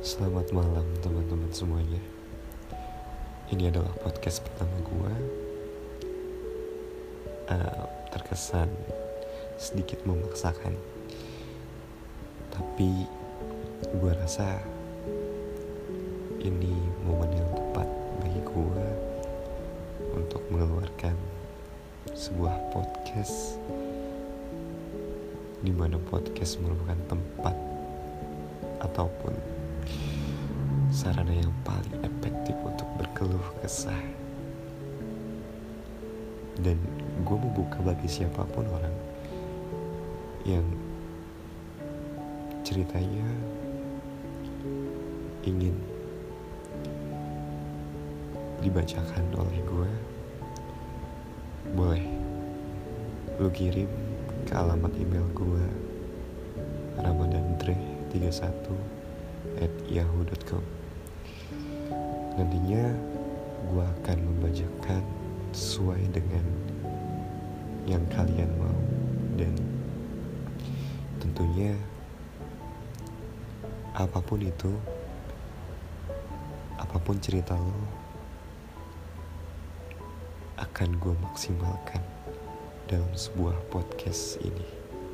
Selamat malam teman-teman semuanya. Ini adalah podcast pertama gue. Terkesan sedikit memaksakan, tapi gue rasa ini momen yang tepat bagi gue untuk mengeluarkan sebuah podcast, di mana podcast merupakan tempat ataupun sarana yang paling efektif untuk berkeluh kesah. Dan gue membuka bagi siapapun orang yang ceritanya ingin dibacakan oleh gue. Boleh lu kirim ke alamat email gue ramadandre31@yahoo.com. Nantinya gue akan membacakan sesuai dengan yang kalian mau, dan tentunya apapun itu, apapun cerita lo, akan gue maksimalkan dalam sebuah podcast ini.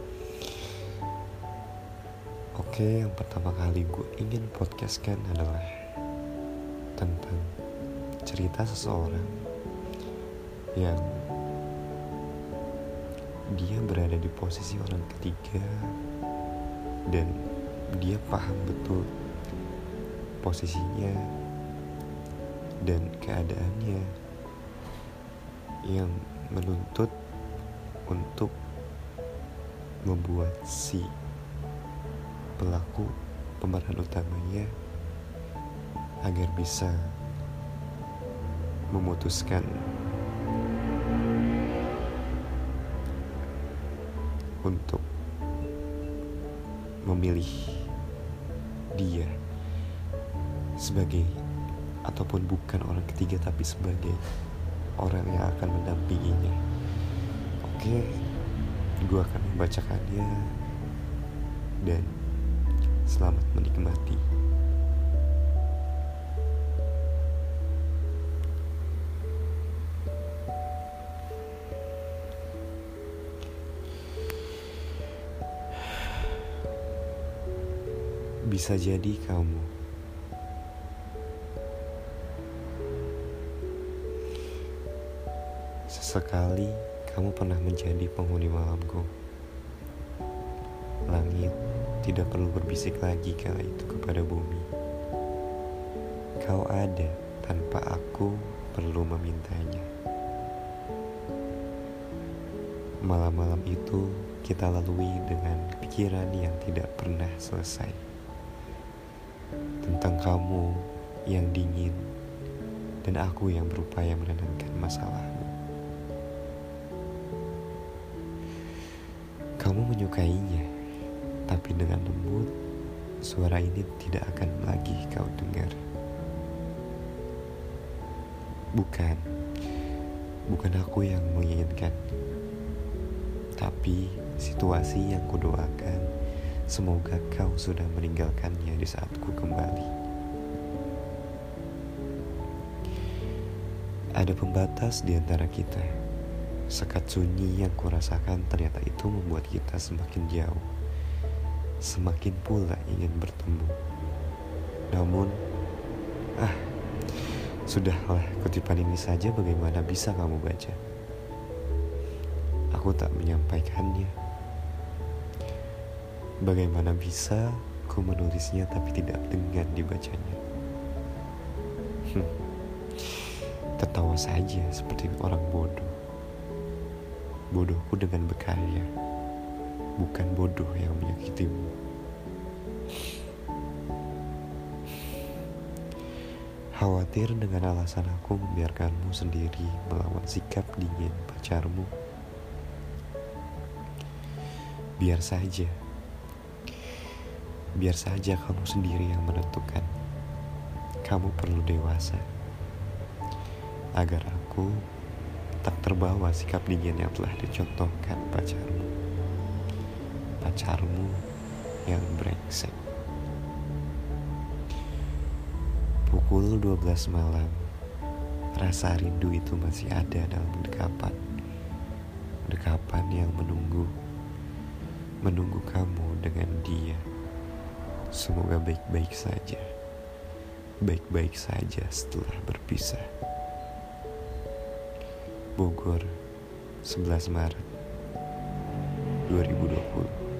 Oke, yang pertama kali gue ingin podcastkan adalah tentang cerita seseorang yang dia berada di posisi orang ketiga dan dia paham betul posisinya dan keadaannya yang menuntut untuk membuat si pelaku pemeran utamanya agar bisa memutuskan untuk memilih dia sebagai, ataupun bukan orang ketiga, tapi sebagai orang yang akan mendampinginya. Oke, gue akan membacakannya dan selamat menikmati. Bisa jadi kamu sesekali kamu pernah menjadi penghuni malamku. Langit tidak perlu berbisik lagi kala itu kepada bumi. Kau ada tanpa aku perlu memintanya. Malam-malam itu kita lalui dengan pikiran yang tidak pernah selesai, tentang kamu yang dingin dan aku yang berupaya menenangkan masalahmu. Kamu menyukainya, tapi dengan lembut, suara ini tidak akan lagi kau dengar. Bukan aku yang menginginkan, tapi situasi yang kudoakan. Semoga kau sudah meninggalkannya di saat ku kembali. Ada pembatas di antara kita. Sekat sunyi yang kurasakan ternyata itu membuat kita semakin jauh, semakin pula ingin bertemu. Namun, sudahlah, kutipan ini saja bagaimana bisa kamu baca. Aku tak menyampaikannya. Bagaimana bisa ku menulisnya tapi tidak dengan dibacanya? Tertawa saja seperti orang bodoh. Bodohku dengan berkarya, bukan bodoh yang menyakitimu. Khawatir dengan alasan aku membiarkanmu sendiri melawan sikap dingin pacarmu. Biar saja kamu sendiri yang menentukan. Kamu perlu dewasa agar aku tak terbawa sikap dingin yang telah dicontohkan pacarmu yang brengsek. Pukul 12 malam, rasa rindu itu masih ada dalam dekapan. Dekapan yang menunggu kamu dengan dia. Semoga baik-baik saja. Baik-baik saja setelah berpisah. Bogor, 11 Maret 2020.